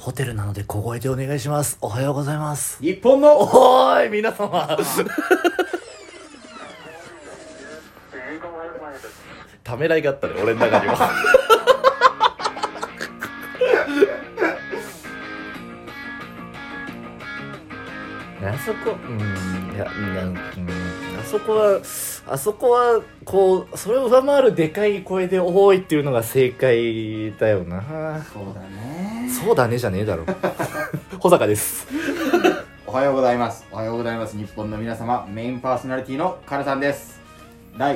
ホテルなので小声でお願いします。おはようございます。 日本のおーい皆様ためらいがあったね、俺の中にはあそこあそこはこうそれを上回るでかい声で多いっていうのが正解だよな。 そうだね。 そうだねじゃねえだろ保坂です。 おはようございます。おはようございます。日本の皆様、メインパーソナリティのカルさんです。第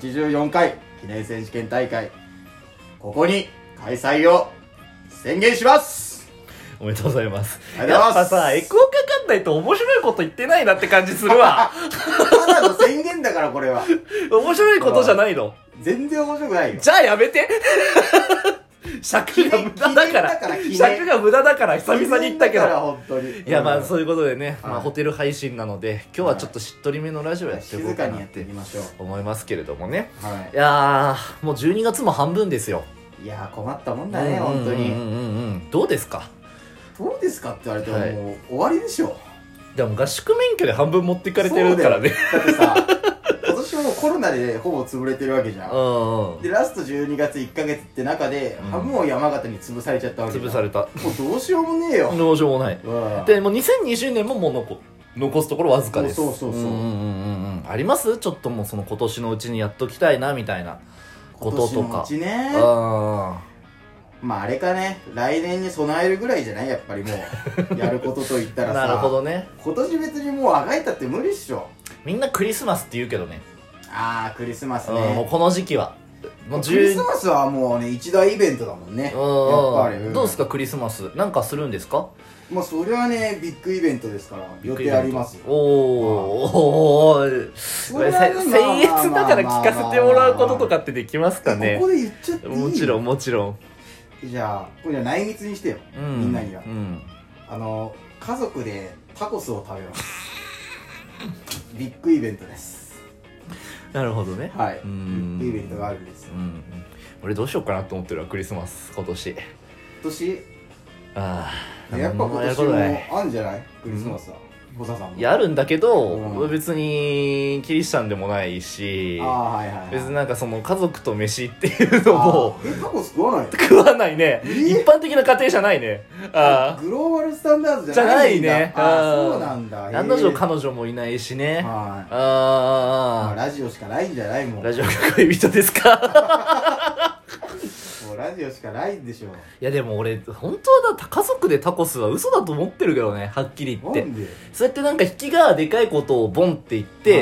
84回記念選手権大会、ここに開催を宣言します。 おめでとうございます。 ありがとうございます。 やっぱさ、エコーかかんないと面白いこと言ってないなって感じするわただの宣言だからこれは。 面白いことじゃないの。 全然面白くないよ。 じゃあやめて尺が無駄だから尺が無駄だから久々に言ったけど、 本当に。 いやまあそういうことでね、 はいまあホテル配信なので今日はちょっとしっとりめのラジオやっていこう静かなってかにやっていきましょう。 思いますけれどもね。 はいやーもう12月も半分ですよ。 いやー困ったもんだね、本当に。 どうですか。 どうですかって言われてもはいもう終わりでしょ。 でも合宿免許で半分持っていかれてるからね。 だってさ、今年もコロナでほぼ潰れてるわけじゃん。 うんでラスト12月1ヶ月って中で、半分を山形に潰されちゃったわけじゃん。 潰された。 もうどうしようもねえよ。 どうしようもない。 うんでもう2020年ももう残すところわずかです。 そうあります？ちょっともうその今年のうちにやっときたいなみたいなこととか。 今年のうちね。まああれかね、来年に備えるぐらいじゃない、やっぱりもうやることと言ったらさ。 なるほどね。 今年別にもうあがいたって無理っしょ。 みんなクリスマスって言うけどね。 ああクリスマスもうね。 この時期はもうクリスマスはもうね一大イベントだもんね。やっぱり。 どうですかクリスマスなんかするんですか。 まあそれはねビッグイベントですから予定ありますよ。 おー僭越だから聞かせてもらうこととかってできますかね。 ここで言っちゃっていい？ もちろんもちろん。 じゃあこれじゃ内密にしてよ、みんなには。家族でタコスを食べますビッグイベントです。 なるほどね。 はい、ビッグイベントがあるんですよ。 俺どうしようかなと思ってるわクリスマス今年。 やっぱ今年もあんじゃないクリスマスは。ボサさんも。 いやあるんだけど、別にキリシタンでもないし、別になんかその家族と飯っていうのもタコス食わないの？ 食わないね。一般的な家庭じゃないね。 グローバルスタンダードじゃないんだ。 ね。 そうなんだ。 案の定彼女もいないしね。 ラジオしかないんじゃないもん。 ラジオが恋人ですかもうラジオしかないんでしょ。 いやでも俺本当は家族でタコスは嘘だと思ってるけどね、はっきり言って。そうやってなんか引きがでかいことをボンって言って、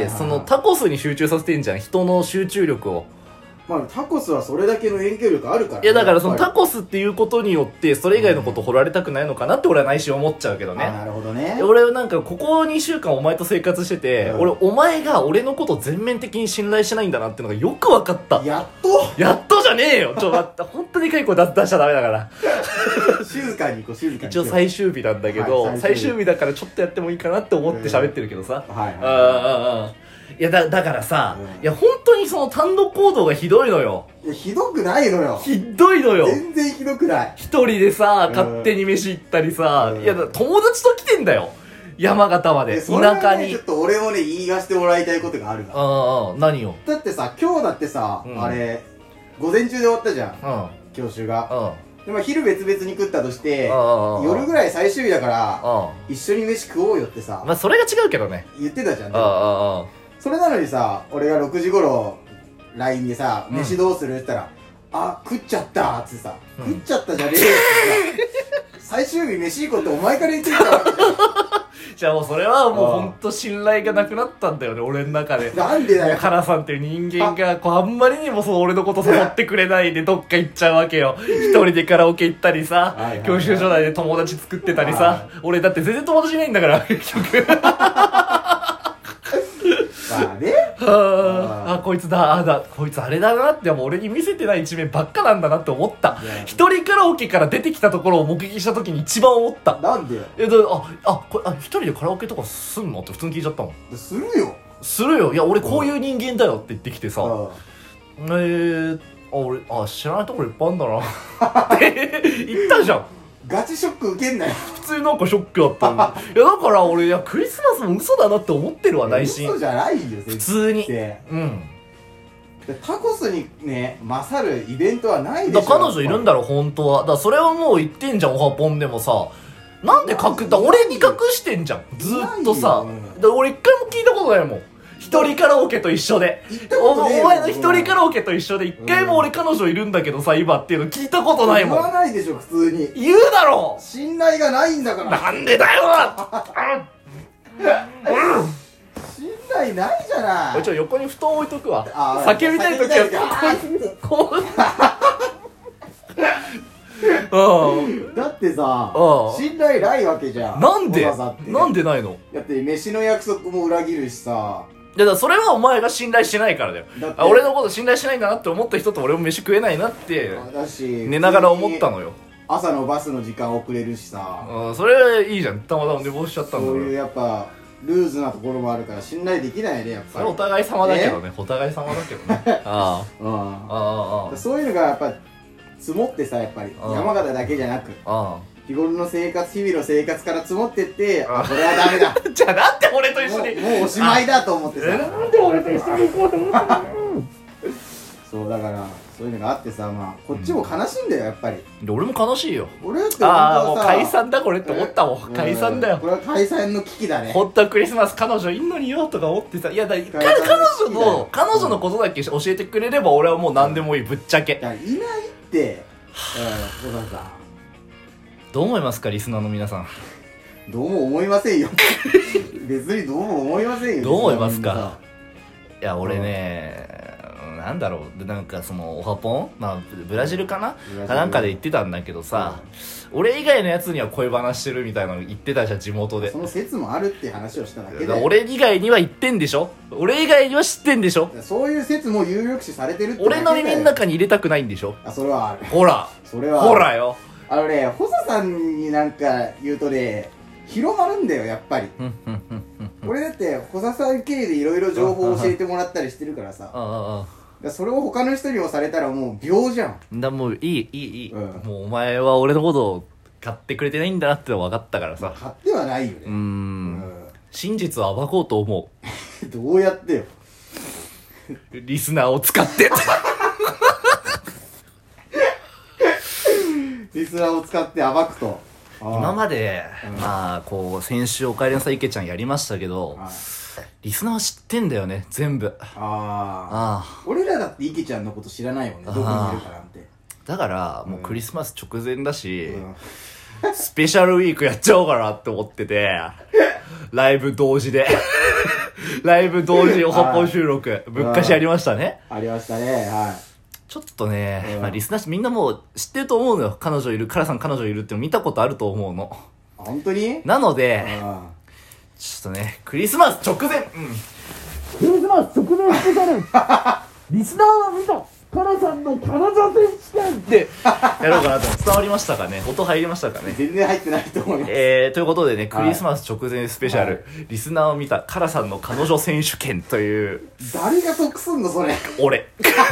そのタコスに集中させてんじゃん、人の集中力を。 まあタコスはそれだけの影響力あるからね。 いやだからそのタコスっていうことによってそれ以外のこと掘られたくないのかなって俺は内心思っちゃうけどね。 なるほどね。 俺はなんかここ2週間お前と生活してて、俺お前が俺のこと全面的に信頼してないんだなってのがよく分かった。 やっとじゃねえよ。待って、本当にかい声出しちゃダメだから静かに行こう、静かに。 一応最終日なんだけど、最終日だからちょっとやってもいいかなって思って喋ってるけどさ。いやだからさ、いや本当にその単独行動がひどいのよ。 いやひどくないのよ。 ひどいのよ。 全然ひどくない。 一人でさ、勝手に飯行ったりさ、いや友達と来てんだよ。山形まで、田舎に。 ちょっと俺もね、言いがしてもらいたいことがあるが。 何よ。 だってさ、今日だってさ、あれ、午前中で終わったじゃん。教習が。でも昼別々に食ったとして、夜ぐらい最終日だから、一緒に飯食おうよってさ。 まあそれが違うけどね。 言ってたじゃん。それなのにさ、俺が6時頃 LINE でさ、飯どうするって言ったら、あ、食っちゃったってさ、食っちゃったじゃねえよってさ、最終日飯行こうってお前から言ってきたわけじゃん。 じゃあもうそれはもうほんと信頼がなくなったんだよね、俺の中で。 なんでだよ。 カナさんっていう人間がこうあんまりにもそう俺のこと誘ってくれないでどっか行っちゃうわけよ。一人でカラオケ行ったりさ、教習所内で友達作ってたりさ、俺だって全然友達いないんだから結局。 まあね。 こいつこいつあれだなって、もう俺に見せてない一面ばっかなんだなって思った。一人カラオケから出てきたところを目撃した時に一番思った。 なんで？ 一人でカラオケとかすんのって普通に聞いちゃったもん。 するよ。 いや俺こういう人間だよって言ってきてさ、俺知らないところいっぱいあんだなって言ったじゃん。 ガチショック受けんなよ。 普通になんかショックだったんだ。いやだから俺、いやクリスマスも嘘だなって思ってるわ、内心。 嘘じゃないよ、 普通に。うん。 タコスにね、勝るイベントはないでしょ。 だから彼女いるんだろ、本当は。だからそれはもう言ってんじゃん、オハポンでもさ。なんで俺に隠してんじゃん。ずっとさ。だ俺一回も聞いたことないもん。一人カラオケと一緒で。お前の一人カラオケと一緒で一回も俺彼女いるんだけどさ、今っていうの聞いたことないもん。 言わないでしょ、普通に。 言うだろ。 信頼がないんだから。 なんでだよ信頼ないじゃない。 横に布団置いとくわ。叫びたい時はこうだってさ、信頼ないわけじゃん。 なんでないの？ だって飯の約束も裏切るしさ。 だからそれはお前が信頼してないからだよ。俺のこと信頼してないんだなって思った人と俺も飯食えないなって寝ながら思ったのよ。 朝のバスの時間遅れるしさ。 それはいいじゃん。たまたま寝坊しちゃったんだから。 そういうやっぱルーズなところもあるから信頼できないね、やっぱり。 それお互い様だけどね。お互い様だけどね。 そういうのがやっぱ積もってさ、やっぱり山形だけじゃなく日頃の生活、日々の生活から積もってって、これはダメだ。 じゃあなんで俺と一緒にもうおしまいだと思ってさ。 なんで俺と一緒に行こうと思ったの？ そうだからそういうのがあってさ、まあこっちも悲しいんだよ、やっぱり。 俺も悲しいよ。 俺だって本当はさ、 もう解散だこれって思ったもん。解散だよ。 これは解散の危機だね。 本当はクリスマス彼女いんのによとか思ってさ、いや彼女のことだけ教えてくれれば俺はもう何でもいい、ぶっちゃけ。 いないって、小田さん。 どう思いますか、リスナーの皆さん。 どうも思いませんよ。別にどうも思いませんよ。 どう思いますか。いや俺ね、なんだろう、なんかそのオハポン、まあブラジルかななんかで言ってたんだけどさ、俺以外のやつには恋話してるみたいなの言ってたじゃん、地元で。 その説もあるって話をしただけで。 俺以外には言ってんでしょ。俺以外には知ってんでしょ。 そういう説も有力視されてるってだけ俺の耳の中に入れたくないんでしょ。 それはある。 ほらそれはほらよ。 細さんになんか言うとね、広まるんだよ、やっぱり。俺だって細さん経由でいろいろ情報を教えてもらったりしてるからさ。それを他の人にもされたらもう秒じゃん。 もういい、もうお前は俺のことを買ってくれてないんだなっての分かったからさ。 買ってはないよね。 真実を暴こうと思う。どうやってよ。 リスナーを使ってリスナーを使って暴くと。 今まで、まあこう先週おかえりなさい池ちゃんやりましたけど、リスナーは知ってんだよね、全部。 俺らだって池ちゃんのこと知らないもんね、どこにいるかなんて。 だからもうクリスマス直前だし、スペシャルウィークやっちゃおうかなって思ってて、ライブ同時でライブ同時オハポン収録ぶっかしやりましたね。 ありましたね。はい。 ちょっとね、まあリスナーみんなもう知ってると思うのよ。彼女いる、カラさん彼女いるって見たことあると思うの。 本当に？ なのでちょっとね、クリスマス直前、クリスマス直前スペシャルリスナーは見たカラさんの彼女選手権でやろうかなと。伝わりましたかね、音入りましたかね。 全然入ってないと思います。 ということでね、クリスマス直前スペシャル、リスナーを見たカラさんの彼女選手権という。 誰が得すんのそれ。 俺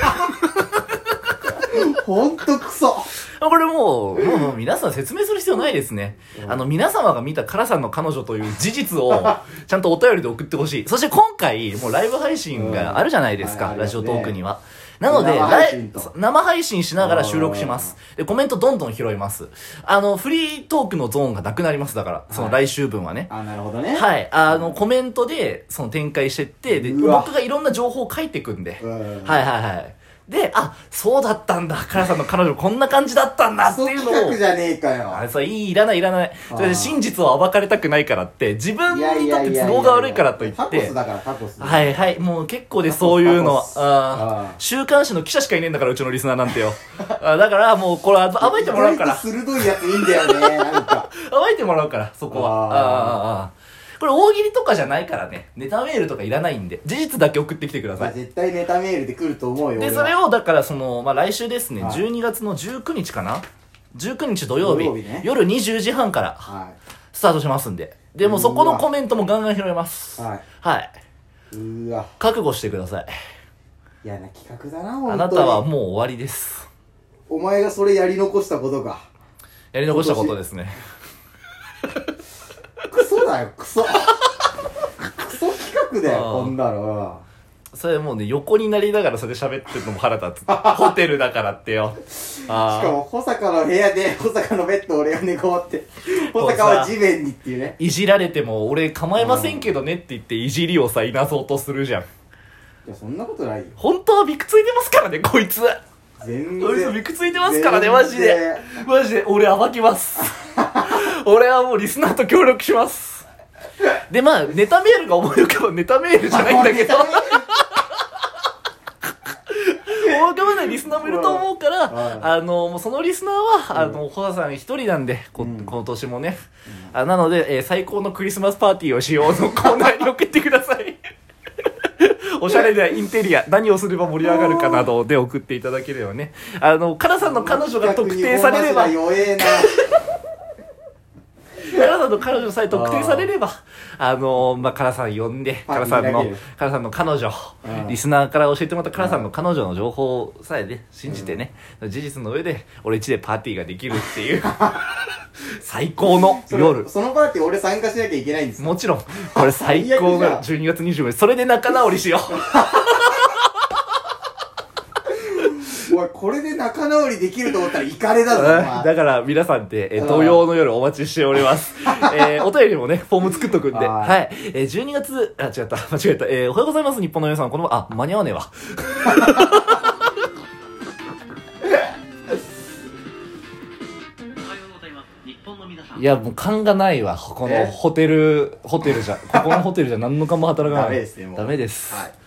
ほんとクソ。 これもう皆さん説明する必要ないですね。皆様が見たカラさんの彼女という事実をちゃんとお便りで送ってほしい。そして今回もうライブ配信があるじゃないですか、ラジオトークには。なので生配信しながら収録します。でコメントどんどん拾います。フリートークのゾーンがなくなります。だからその来週分はね。 なるほどね。 はい。コメントでその展開してって、で僕がいろんな情報を書いていくんで、で、そうだったんだ、カラさんの彼女こんな感じだったんだっていうのを。 企画じゃねえかよ。 いらない。それで真実を暴かれたくないからって、自分にとって都合が悪いからと言って。 タコスだからタコス。 もう結構でそういうのは。週刊誌の記者しかいねえんだから、うちのリスナーなんてよ。だからもうこれ暴いてもらうから。 鋭いやついいんだよね、なんか。 暴いてもらうから、そこは。これ大喜利とかじゃないからね。ネタメールとかいらないんで、事実だけ送ってきてください。 絶対ネタメールで来ると思うよ。 で、それをだから来週ですね、12月の19日かな ?19 日土曜日、夜20時半からスタートしますんで。でもそこのコメントもガンガン拾います。はい。覚悟してください。 嫌な企画だな、ほんとに。 あなたはもう終わりです。 お前がそれやり残したことか。 やり残したことですね。 クソだよ、クソ。クソ企画だよ、こんなの。 それもうね、横になりながらそれ喋ってるのも腹立つ。ホテルだからってよ。 しかも、保坂の部屋で、保坂のベッド俺が寝転って、保坂は地面にっていうね。 いじられても、俺構いませんけどねって言って、いじりをさ、いなそうとするじゃん。いや、そんなことないよ。 本当はビクついてますからね、こいつ。 全こいつビクついてますからね、マジで。マジで、俺暴きます。俺はもうリスナーと協力します。で、まあ、ネタメールが思い浮かぶネタメールじゃないんだけど。思い浮かばないリスナーもいると思うから、もうそのリスナーは、保田さん一人なんで、この年もね。なので、最高のクリスマスパーティーをしようのコーナーに送ってください。おしゃれなインテリア、何をすれば盛り上がるかなどで送っていただければね。カラさんの彼女が特定されれば、カラさんの彼女さえ特定されれば、まあ、カラさん呼んで、カラさんの彼女、リスナーから教えてもらったカラさんの彼女の情報さえね、信じてね、事実の上で、俺一でパーティーができるっていう、最高の夜。 そのパーティー俺参加しなきゃいけないんですか？ もちろん、これ最高の12月25日、それで仲直りしよう。 おい、これで仲直りできると思ったらイカレだぞ。 だから皆さんって土曜の夜お待ちしております。お便りもね、フォーム作っとくんで。はい。12月、間違えた。おはようございます、日本の皆さん。この間に合わねえわ。いや、もう勘がないわ。このホテルじゃ。ここのホテルじゃ何の勘も働かない。 ダメですね、もう。 ダメです。 はい。